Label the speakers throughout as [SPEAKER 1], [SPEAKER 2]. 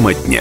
[SPEAKER 1] Тема дня.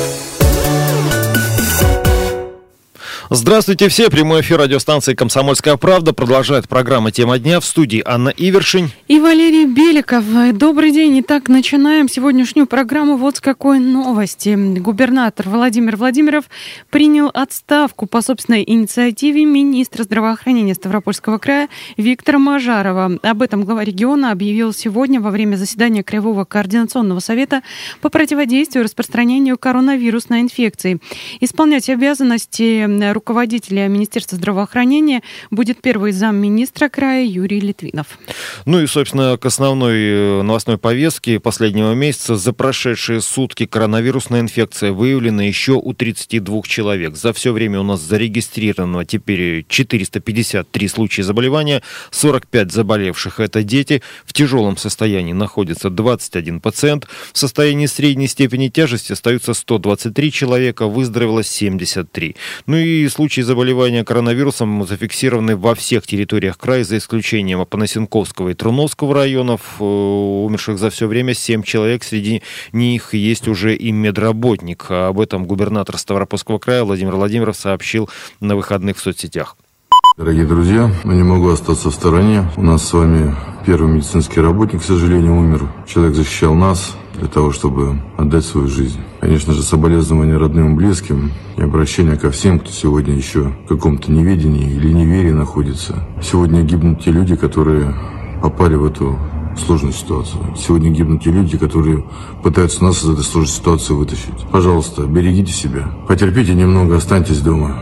[SPEAKER 2] Здравствуйте все. Прямой эфир радиостанции «Комсомольская правда». Продолжает программа «Тема дня». В студии Анна Ивершин.
[SPEAKER 3] И Валерий Беликов. Добрый день. Итак, начинаем сегодняшнюю программу вот с какой новости. Губернатор Владимир Владимиров принял отставку по собственной инициативе министра здравоохранения Ставропольского края Виктора Мажарова. Об этом глава региона объявил сегодня во время заседания Краевого координационного совета по противодействию распространению коронавирусной инфекции. Исполнять обязанности руководителя Министерства здравоохранения будет первый замминистра края Юрий Литвинов.
[SPEAKER 2] Ну и, собственно, к основной новостной повестке последнего месяца. За прошедшие сутки коронавирусная инфекция выявлена еще у 32 человек. За все время у нас зарегистрировано теперь 453 случая заболевания, 45 заболевших – это дети. В тяжелом состоянии находится 21 пациент. В состоянии средней степени тяжести остаются 123 человека, выздоровело 73. Ну и случаи заболевания коронавирусом зафиксированы во всех территориях края, за исключением Апанасенковского и Труновского районов. Умерших за все время 7 человек, среди них есть уже и медработник. Об этом губернатор Ставропольского края Владимир Владимиров сообщил на выходных в соцсетях.
[SPEAKER 4] Дорогие друзья, не могу остаться в стороне. У нас с вами первый медицинский работник, к сожалению, умер. Человек защищал нас для того, чтобы отдать свою жизнь. Конечно же, соболезнования родным и близким и обращение ко всем, кто сегодня еще в каком-то неведении или неверии находится. Сегодня гибнут те люди, которые попали в эту сложную ситуацию. Сегодня гибнут те люди, которые пытаются нас из этой сложной ситуации вытащить. Пожалуйста, берегите себя. Потерпите немного, останьтесь дома.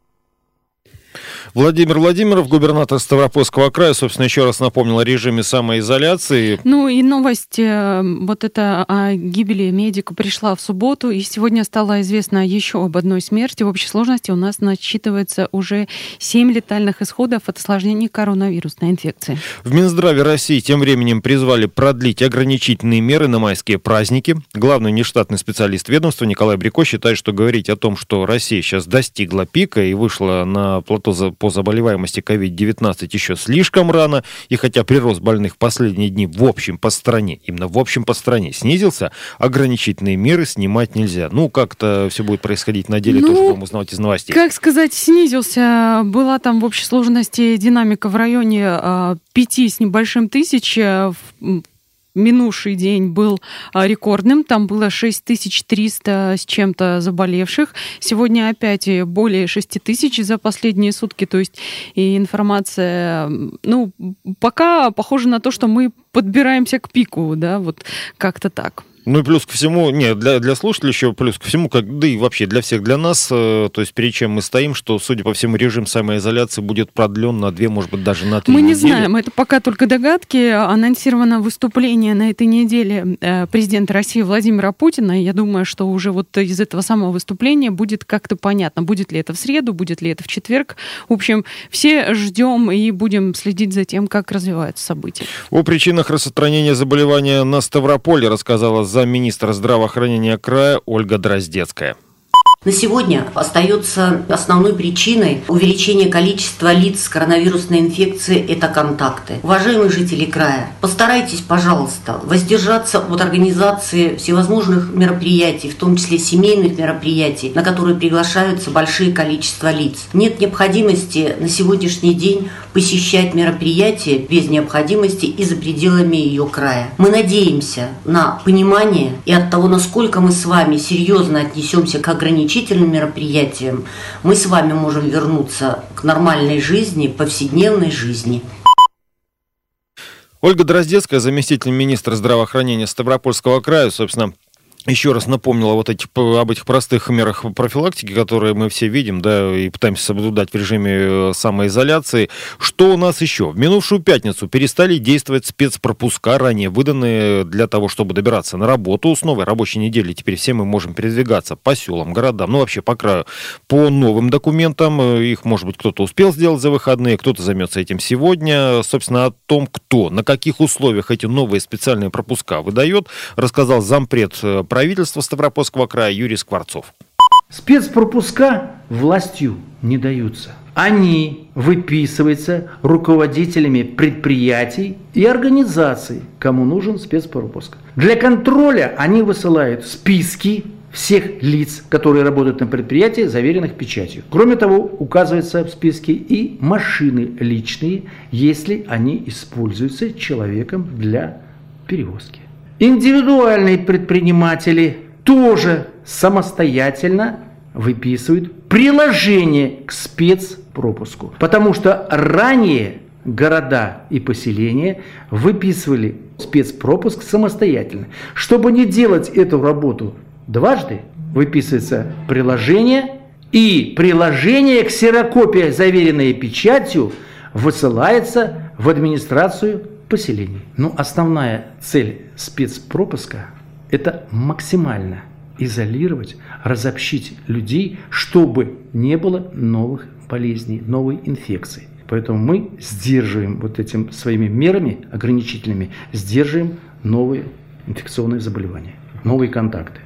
[SPEAKER 2] Владимир Владимиров, губернатор Ставропольского края, собственно, еще раз напомнил о режиме самоизоляции.
[SPEAKER 3] Ну и новость вот эта о гибели медика пришла в субботу, и сегодня стало известно еще об одной смерти. В общей сложности у нас насчитывается уже 7 летальных исходов от осложнений коронавирусной инфекции.
[SPEAKER 2] В Минздраве России тем временем призвали продлить ограничительные меры на майские праздники. Главный нештатный специалист ведомства Николай Брико считает, что говорить о том, что Россия сейчас достигла пика и вышла на плато по заболеваемости COVID-19 еще слишком рано, и хотя прирост больных в последние дни в общем по стране, именно в общем по стране снизился, ограничительные меры снимать нельзя. Ну, как-то все будет происходить на деле, тоже будем узнавать из новостей.
[SPEAKER 3] Как сказать, снизился. Была там в общей сложности динамика в районе 5 с небольшим тысяч. Минувший день был рекордным, там было 6300 с чем-то заболевших. Сегодня опять более 6000 за последние сутки, то есть и информация, ну, пока похоже на то, что мы подбираемся к пику, да, вот как-то так.
[SPEAKER 2] Ну и плюс ко всему, для слушателей еще плюс ко всему, да и вообще для всех, для нас, то есть перед чем мы стоим, что, судя по всему, режим самоизоляции будет продлен на 2, может быть, даже на 3 недели.
[SPEAKER 3] Мы не знаем, это пока только догадки. Анонсировано выступление на этой неделе президента России Владимира Путина. Я думаю, что уже вот из этого самого выступления будет как-то понятно, будет ли это в среду, будет ли это в четверг. В общем, все ждем и будем следить за тем, как развиваются события.
[SPEAKER 2] О причинах распространения заболевания на Ставрополе рассказала замминистра здравоохранения края Ольга Дроздецкая.
[SPEAKER 5] На сегодня остается основной причиной увеличения количества лиц с коронавирусной инфекцией – это контакты. Уважаемые жители края, постарайтесь, пожалуйста, воздержаться от организации всевозможных мероприятий, в том числе семейных мероприятий, на которые приглашаются большие количества лиц. Нет необходимости на сегодняшний день посещать мероприятия без необходимости и за пределами ее края. Мы надеемся на понимание и от того, насколько мы с вами серьезно отнесемся к ограничениям, мероприятиям, мы с вами можем вернуться к нормальной жизни, повседневной жизни.
[SPEAKER 2] Ольга Дроздецкая, заместитель министра здравоохранения Ставропольского края, собственно, еще раз напомнила об этих простых мерах профилактики, которые мы все видим, да, и пытаемся соблюдать в режиме самоизоляции. Что у нас еще? В минувшую пятницу перестали действовать спецпропуска, ранее выданные для того, чтобы добираться на работу. С новой рабочей недели теперь все мы можем передвигаться по селам, городам, ну вообще по краю, по новым документам. Их, может быть, кто-то успел сделать за выходные, кто-то займется этим сегодня. Собственно, о том, кто, на каких условиях эти новые специальные пропуска выдает, рассказал зампред правительства Ставропольского края Юрий Скворцов.
[SPEAKER 6] Спецпропуска властью не даются. Они выписываются руководителями предприятий и организаций, кому нужен спецпропуск. Для контроля они высылают списки всех лиц, которые работают на предприятии, заверенных печатью. Кроме того, указывается в списке и машины личные, если они используются человеком для перевозки. Индивидуальные предприниматели тоже самостоятельно выписывают приложение к спецпропуску, потому что ранее города и поселения выписывали спецпропуск самостоятельно. Чтобы не делать эту работу дважды, выписывается приложение, и приложение, ксерокопия, заверенная печатью, высылается в администрацию поселений. Но основная цель спецпропуска – это максимально изолировать, разобщить людей, чтобы не было новых болезней, новой инфекции. Поэтому мы сдерживаем вот этим своими мерами ограничительными, сдерживаем новые инфекционные заболевания, новые контакты.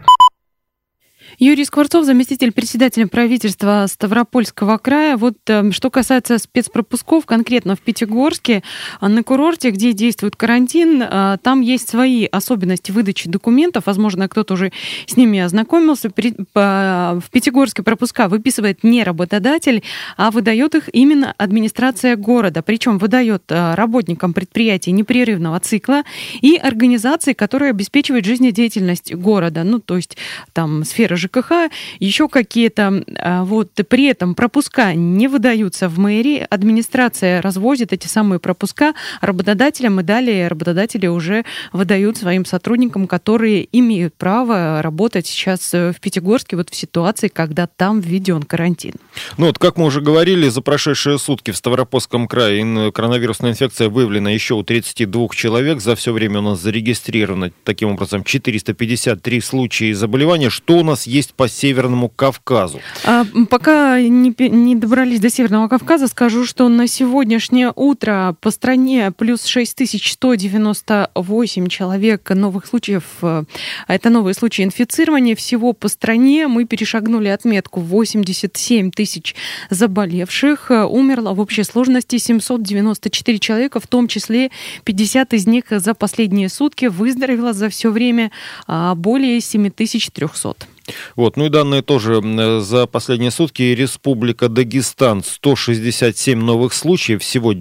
[SPEAKER 3] Юрий Скворцов, заместитель председателя правительства Ставропольского края. Вот что касается спецпропусков, конкретно в Пятигорске, на курорте, где действует карантин, там есть свои особенности выдачи документов. Возможно, кто-то уже с ними ознакомился. В Пятигорске пропуска выписывает не работодатель, а выдает их именно администрация города. Причем выдает работникам предприятий непрерывного цикла и организации, которые обеспечивают жизнедеятельность города. Ну, то есть там сфера ЖКХ, еще какие-то. Вот при этом пропуска не выдаются в мэрии, администрация развозит эти самые пропуска работодателям, и далее работодатели уже выдают своим сотрудникам, которые имеют право работать сейчас в Пятигорске, вот в ситуации, когда там введен карантин.
[SPEAKER 2] Ну вот, как мы уже говорили, за прошедшие сутки в Ставропольском крае коронавирусная инфекция выявлена еще у 32 человек. За все время у нас зарегистрировано, таким образом, 453 случая заболевания. Что у нас есть по Северному Кавказу?
[SPEAKER 3] Пока не добрались до Северного Кавказа, скажу, что на сегодняшнее утро по стране плюс 6198 человек новых случаев. Это новые случаи инфицирования. Всего по стране мы перешагнули отметку 87 тысяч заболевших. Умерло в общей сложности 794 человека, в том числе 50 из них за последние сутки. Выздоровело за все время более 7300.
[SPEAKER 2] Вот, ну и данные тоже за последние сутки. Республика Дагестан, 167 новых случаев, всего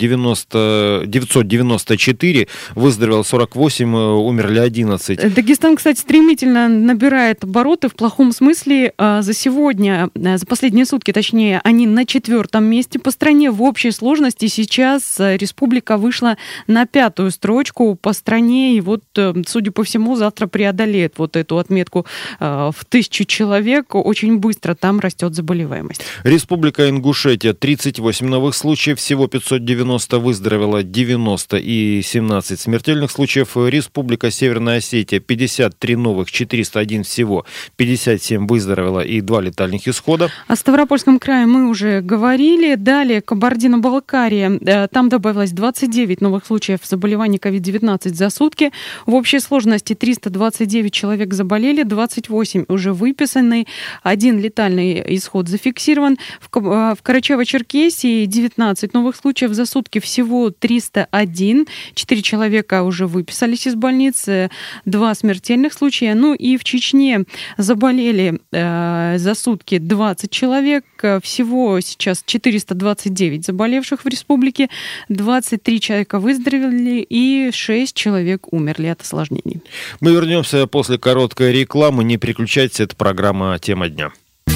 [SPEAKER 2] 994, выздоровело 48, умерли 11.
[SPEAKER 3] Дагестан, кстати, стремительно набирает обороты в плохом смысле. За сегодня, за последние сутки, точнее, они на 4-м месте по стране. В общей сложности сейчас республика вышла на 5-ю строчку по стране, и вот, судя по всему, завтра преодолеет вот эту отметку в 1000 человек. Очень быстро там растет заболеваемость.
[SPEAKER 2] Республика Ингушетия, 38 новых случаев, всего 590, выздоровело 90 и 17 смертельных случаев. Республика Северная Осетия, 53 новых, 401 всего, 57 выздоровело и 2 летальных исхода.
[SPEAKER 3] О Ставропольском крае мы уже говорили. Далее Кабардино-Балкария. Там добавилось 29 новых случаев заболеваний COVID-19 за сутки. В общей сложности 329 человек заболели, 28 уже выписаны, 1 летальный исход зафиксирован. В Карачаево-Черкесии 19 новых случаев за сутки, всего 301. 4 человека уже выписались из больницы, 2 смертельных случая. Ну и в Чечне заболели за сутки 20 человек. Всего сейчас 429 заболевших в республике, 23 человека выздоровели и 6 человек умерли от осложнений.
[SPEAKER 2] Мы вернемся после короткой рекламы. Не переключайтесь, это программа «Тема дня».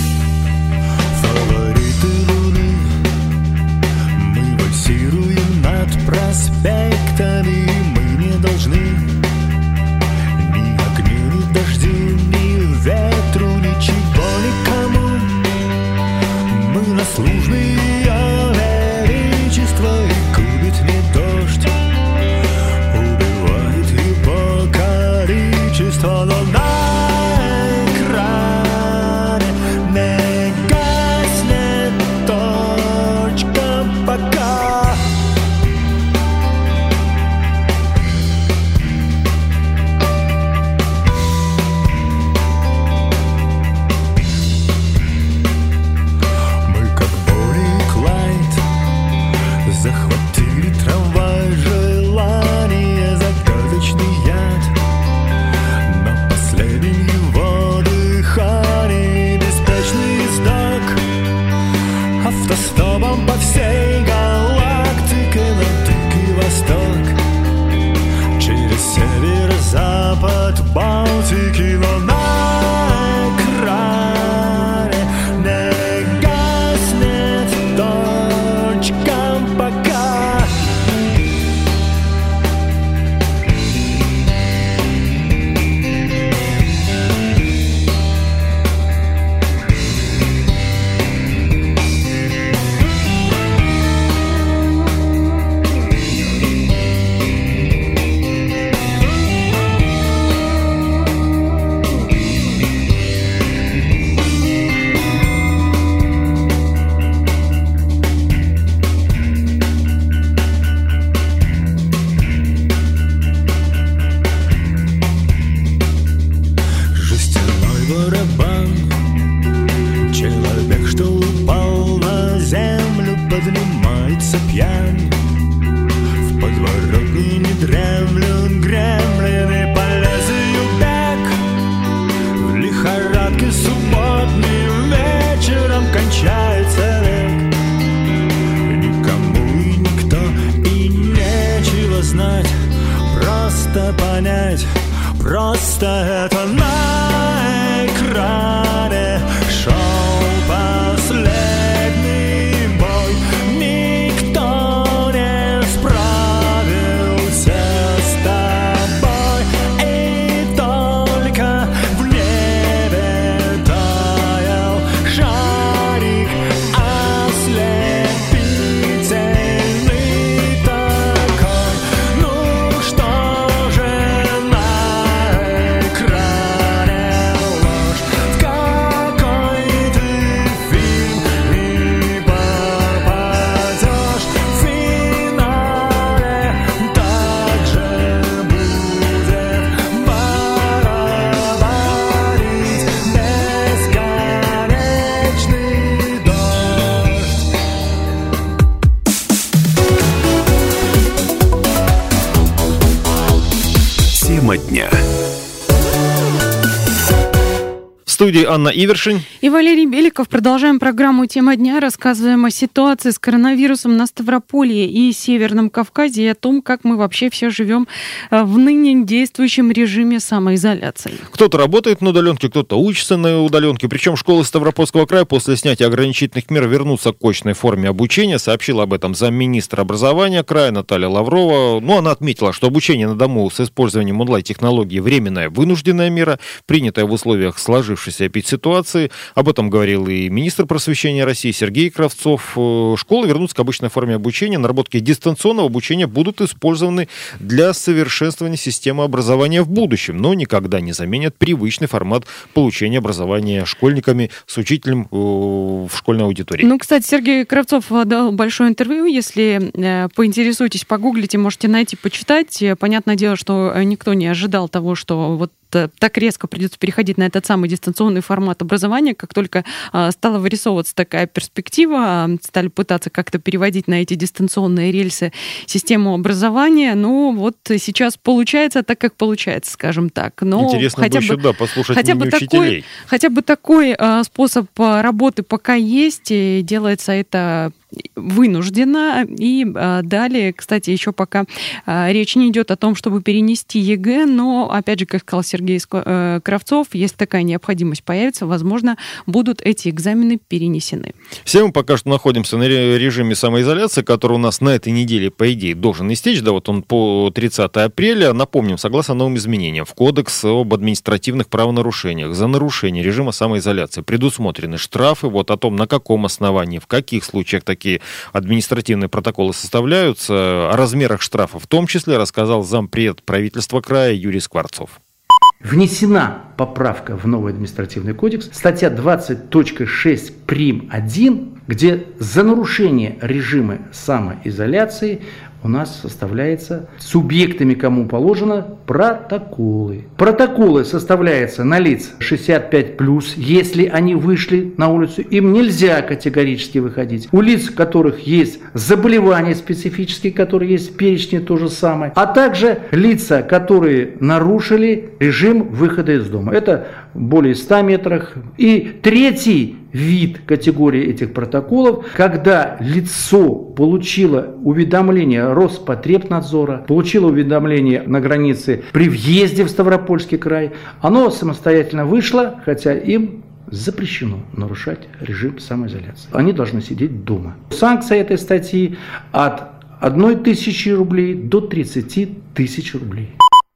[SPEAKER 1] Фавориты Луны, мы вальсируем над проспектами, мы не должны ни огню, ни дождю, ни ветру, ничего никому. Мы наслужные величества, и губит не дождь, убивает его количество, но на экране не гаснет точка пока. подворотни не дремлют гремлины, полезаю бег в лихорадке субботным вечером кончается век. Никому и никто и нечего знать, просто понять, просто это на экране шоу последний бой. Никто не справился с тобой, и только в небе таял шарик ослепительный такой. Ну что же на экране ложь, в какой ты фильм не попадешь, в финале также будет барабанить бесконечный дождь.
[SPEAKER 7] Тема дня.
[SPEAKER 2] В студии Анна Ивершин.
[SPEAKER 3] И Валерий Беликов. Продолжаем программу «Тема дня». Рассказываем о ситуации с коронавирусом на Ставрополье и Северном Кавказе, и о том, как мы вообще все живем в ныне действующем режиме самоизоляции.
[SPEAKER 2] Кто-то работает на удаленке, кто-то учится на удаленке. Причем школы Ставропольского края после снятия ограничительных мер вернутся к очной форме обучения. Сообщила об этом замминистра образования края Наталья Лаврова. Она отметила, что обучение на дому с использованием онлайн-технологий временная вынужденная мера, принятая в условиях сложившейся эпидситуации. Об этом говорил и министр просвещения России Сергей Кравцов. Школы вернутся к обычной форме обучения. Наработки дистанционного обучения будут использованы для совершенствования системы образования в будущем, но никогда не заменят привычный формат получения образования школьниками с учителем в школьной аудитории.
[SPEAKER 3] Кстати, Сергей Кравцов дал большое интервью. Если поинтересуетесь, погуглите, можете найти, почитать. Понятное дело, что никто не ожидал того, что вот так резко придется переходить на этот самый дистанционный формат образования. Как только стала вырисовываться такая перспектива, стали пытаться как-то переводить на эти дистанционные рельсы систему образования. Сейчас получается так, как получается, скажем так. Но
[SPEAKER 2] интересно
[SPEAKER 3] хотя
[SPEAKER 2] бы еще, послушать мнение учителей.
[SPEAKER 3] Хотя бы такой способ работы пока есть, и делается это вынужденно. И далее, кстати, еще пока речь не идет о том, чтобы перенести ЕГЭ, но, опять же, как сказал Сергей Кравцов, если такая необходимость появится, возможно, будут эти экзамены перенесены.
[SPEAKER 2] Все мы пока что находимся на режиме самоизоляции, который у нас на этой неделе, по идее, должен истечь. Он по 30 апреля. Напомним, согласно новым изменениям в Кодекс об административных правонарушениях за нарушение режима самоизоляции предусмотрены штрафы. О том, на каком основании, в каких случаях такие административные протоколы составляются, о размерах штрафа в том числе рассказал зампред правительства края Юрий Скворцов.
[SPEAKER 6] Внесена поправка в новый административный кодекс, статья 20.6 прим. 1, где за нарушение режима самоизоляции у нас составляется субъектами, кому положено, протоколы. Протоколы составляются на лиц 65+, если они вышли на улицу, им нельзя категорически выходить. У лиц, у которых есть заболевания специфические, которые есть в перечне, то же самое. А также лица, которые нарушили режим выхода из дома. Это более 100 метрах. И третий вид категории этих протоколов, когда лицо получило уведомление Роспотребнадзора, получило уведомление на границе при въезде в Ставропольский край, оно самостоятельно вышло, хотя им запрещено нарушать режим самоизоляции. Они должны сидеть дома. Санкция этой статьи от 1000 рублей до 30 тысяч рублей.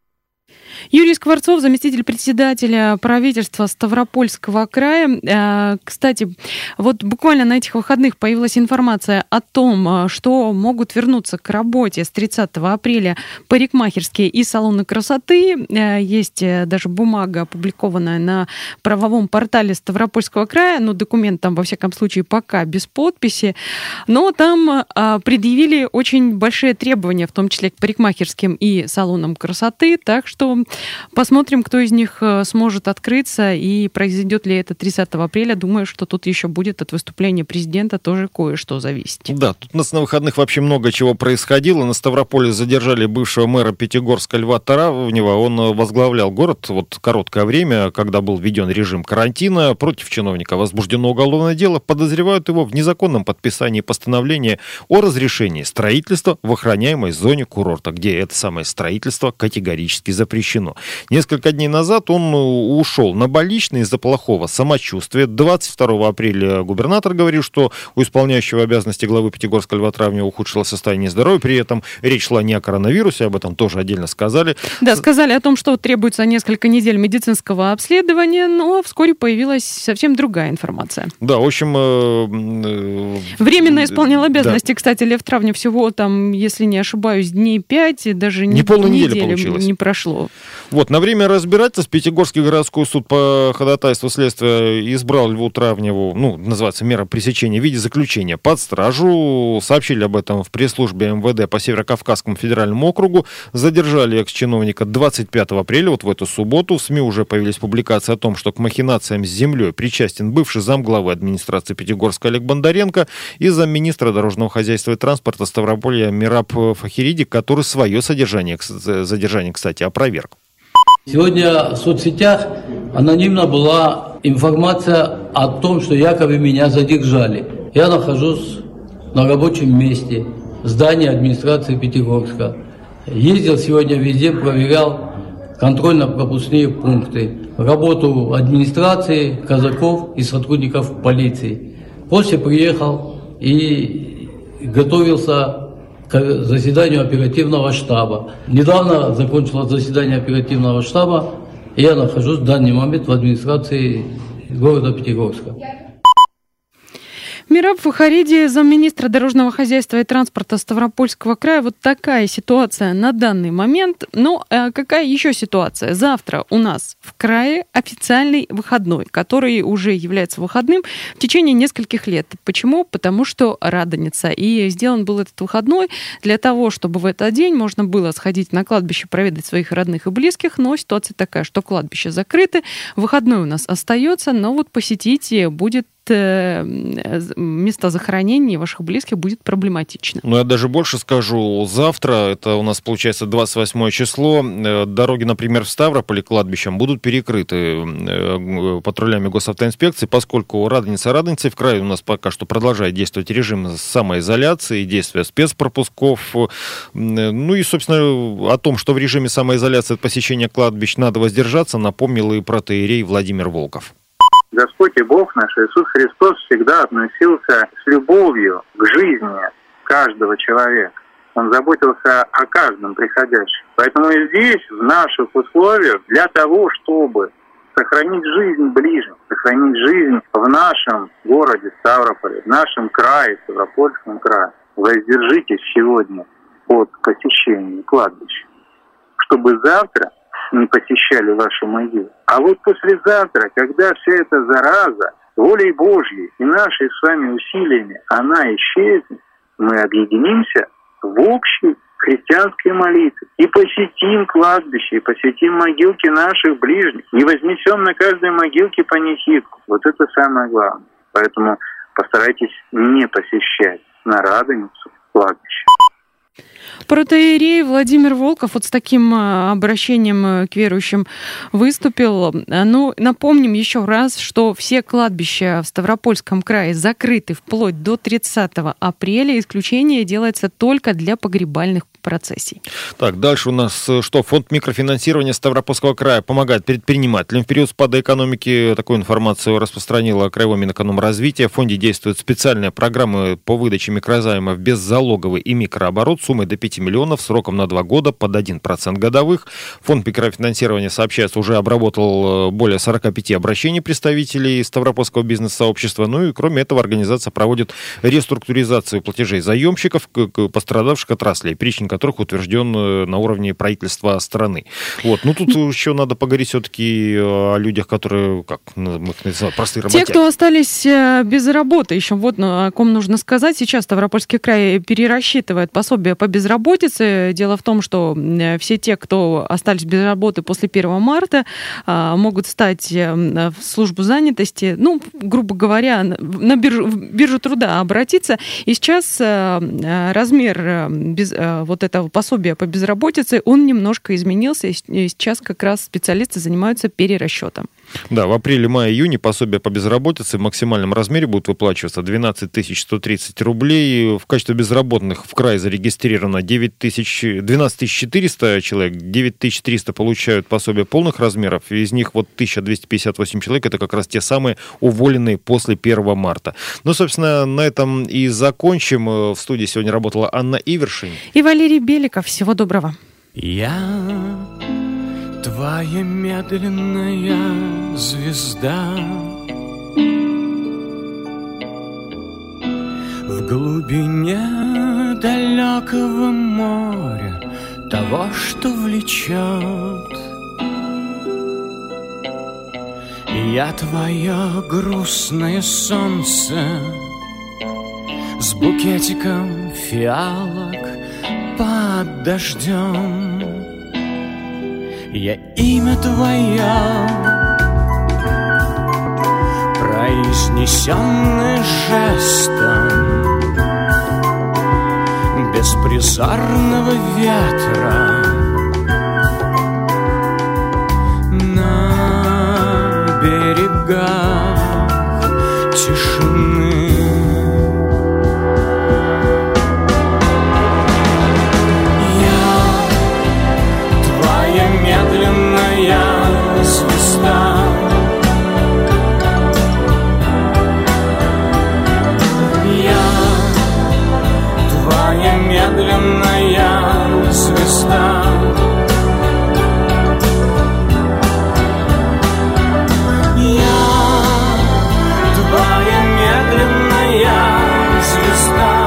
[SPEAKER 3] Юрий Скворцов, заместитель председателя правительства Ставропольского края. Кстати, буквально на этих выходных появилась информация о том, что могут вернуться к работе с 30 апреля парикмахерские и салоны красоты. Есть даже бумага, опубликованная на правовом портале Ставропольского края. Документ там, во всяком случае, пока без подписи. Но там предъявили очень большие требования, в том числе к парикмахерским и салонам красоты. Так что Посмотрим, кто из них сможет открыться и произойдет ли это 30 апреля. Думаю, что тут еще будет от выступления президента тоже кое-что зависеть.
[SPEAKER 2] Да, тут у нас на выходных вообще много чего происходило. На Ставрополе задержали бывшего мэра Пятигорска Льва Таравнева. Он возглавлял город короткое время, когда был введен режим карантина. Против чиновника возбуждено уголовное дело. Подозревают его в незаконном подписании постановления о разрешении строительства в охраняемой зоне курорта, где это самое строительство категорически запрещено. Несколько дней назад он ушел на больничный из-за плохого самочувствия. 22 апреля губернатор говорил, что у исполняющего обязанности главы Пятигорска Льва Таравнева ухудшилось состояние здоровья. При этом речь шла не о коронавирусе, об этом тоже отдельно сказали.
[SPEAKER 3] Да, сказали о том, что требуется несколько недель медицинского обследования, но вскоре появилась совсем другая информация.
[SPEAKER 2] Да, в общем...
[SPEAKER 3] Временно исполнял обязанности, да. Кстати, Лев Таравнев всего там, если не ошибаюсь, дней 5, даже не полной недели не прошло.
[SPEAKER 2] Вот, на время разбирательств Пятигорский городской суд по ходатайству следствия избрал Льву Таравневу, называется мера пресечения в виде заключения под стражу. Сообщили об этом в пресс-службе МВД по Северо-Кавказскому федеральному округу. Задержали экс-чиновника 25 апреля, в эту субботу. В СМИ уже появились публикации о том, что к махинациям с землей причастен бывший замглавы администрации Пятигорска Олег Бондаренко и замминистра дорожного хозяйства и транспорта Ставрополья Мираб Фахириди, который свое задержание, кстати, опроверг.
[SPEAKER 7] Сегодня в соцсетях анонимно была информация о том, что якобы меня задержали. Я нахожусь на рабочем месте, здании администрации Пятигорска. Ездил сегодня везде, проверял контрольно-пропускные пункты, работу администрации, казаков и сотрудников полиции. После приехал и готовился к заседанию оперативного штаба. Недавно закончилось заседание оперативного штаба, и я нахожусь в данный момент в администрации города Пятигорска.
[SPEAKER 3] Мираб Фахириди, замминистра дорожного хозяйства и транспорта Ставропольского края. Вот такая ситуация на данный момент. Но какая еще ситуация? Завтра у нас в крае официальный выходной, который уже является выходным в течение нескольких лет. Почему? Потому что Радоница. И сделан был этот выходной для того, чтобы в этот день можно было сходить на кладбище, проведать своих родных и близких. Но ситуация такая, что кладбища закрыты. Выходной у нас остается, но вот посетить будет места захоронения ваших близких будет проблематично.
[SPEAKER 2] Я даже больше скажу. Завтра, это у нас получается 28 число, дороги, например, в Ставрополе к кладбищам будут перекрыты патрулями госавтоинспекции, поскольку Радоница в крае у нас пока что продолжает действовать режим самоизоляции, действия спецпропусков. И, собственно, о том, что в режиме самоизоляции от посещения кладбищ надо воздержаться, напомнил и протоиерей Владимир Волков.
[SPEAKER 8] Господь и Бог наш Иисус Христос всегда относился с любовью к жизни каждого человека. Он заботился о каждом приходящем. Поэтому и здесь, в наших условиях, для того, чтобы сохранить жизнь ближних, сохранить жизнь в нашем городе Ставрополе, в нашем крае, Ставропольском крае, воздержитесь сегодня от посещения кладбища, чтобы завтра не посещали вашу могилу. А вот послезавтра, когда вся эта зараза волей Божьей и нашей с вами усилиями, она исчезнет, мы объединимся в общей христианской молитве и посетим кладбище, и посетим могилки наших ближних, и вознесем на каждой могилке панихидку. Вот это самое главное. Поэтому постарайтесь не посещать на Радоницу кладбище.
[SPEAKER 3] Протоиерей Владимир Волков вот с таким обращением к верующим выступил. Напомним еще раз, что все кладбища в Ставропольском крае закрыты вплоть до 30 апреля. Исключение делается только для погребальных процессий.
[SPEAKER 2] Так, дальше у нас что? Фонд микрофинансирования Ставропольского края помогает предпринимателям. В период спада экономики такую информацию распространила Краевое Минэкономразвитие. В фонде действуют специальные программы по выдаче микрозаймов беззалоговый и микрооборот суммой до 5 миллионов сроком на 2 года под 1% годовых. Фонд микрофинансирования, сообщается, уже обработал более 45 обращений представителей Ставропольского бизнес-сообщества. И кроме этого организация проводит реструктуризацию платежей заемщиков, пострадавших отраслей, перечень которых утвержден на уровне правительства страны. Тут еще надо поговорить все-таки о людях, которые, простые работяги.
[SPEAKER 3] Те, кто остались без работы, еще о ком нужно сказать. Сейчас Ставропольский край перерасчитывает пособие пособие по безработице. Дело в том, что все те, кто остались без работы после 1 марта, могут стать в службу занятости, грубо говоря, на биржу труда обратиться. И сейчас размер вот этого пособия по безработице, он немножко изменился, и сейчас как раз специалисты занимаются перерасчетом.
[SPEAKER 2] Да, в апреле, мае, июне пособие по безработице в максимальном размере будет выплачиваться 12 130 рублей. В качестве безработных в крае зарегистрировано 12 400 человек, 9300 получают пособие полных размеров, из них 1258 человек, это как раз те самые уволенные после 1 марта. Собственно, на этом и закончим. В студии сегодня работала Анна Ивершин
[SPEAKER 3] и Валерий Беликов. Всего доброго.
[SPEAKER 1] Я твоя медленная звезда, в глубине далекого моря, того, что влечет. Я твое грустное солнце с букетиком фиалок под дождем. Я имя твое, произнесенное жестом беспризорного ветра на берегах тишины. Медленная звезда, я твоя медленная звезда, я твоя медленная звезда.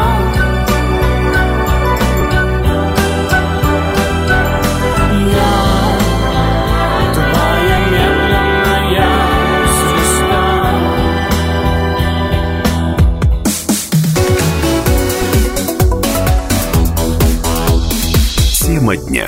[SPEAKER 9] Тема дня.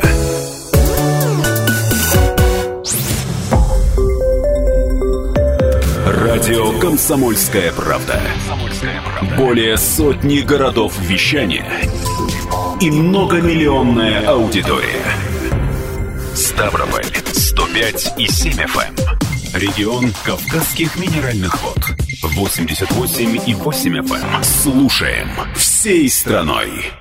[SPEAKER 9] Радио «Комсомольская правда». Более сотни городов вещания и многомиллионная аудитория. Ставрополь 105,7 FM. Регион Кавказских минеральных вод 88,8 FM. Слушаем всей страной.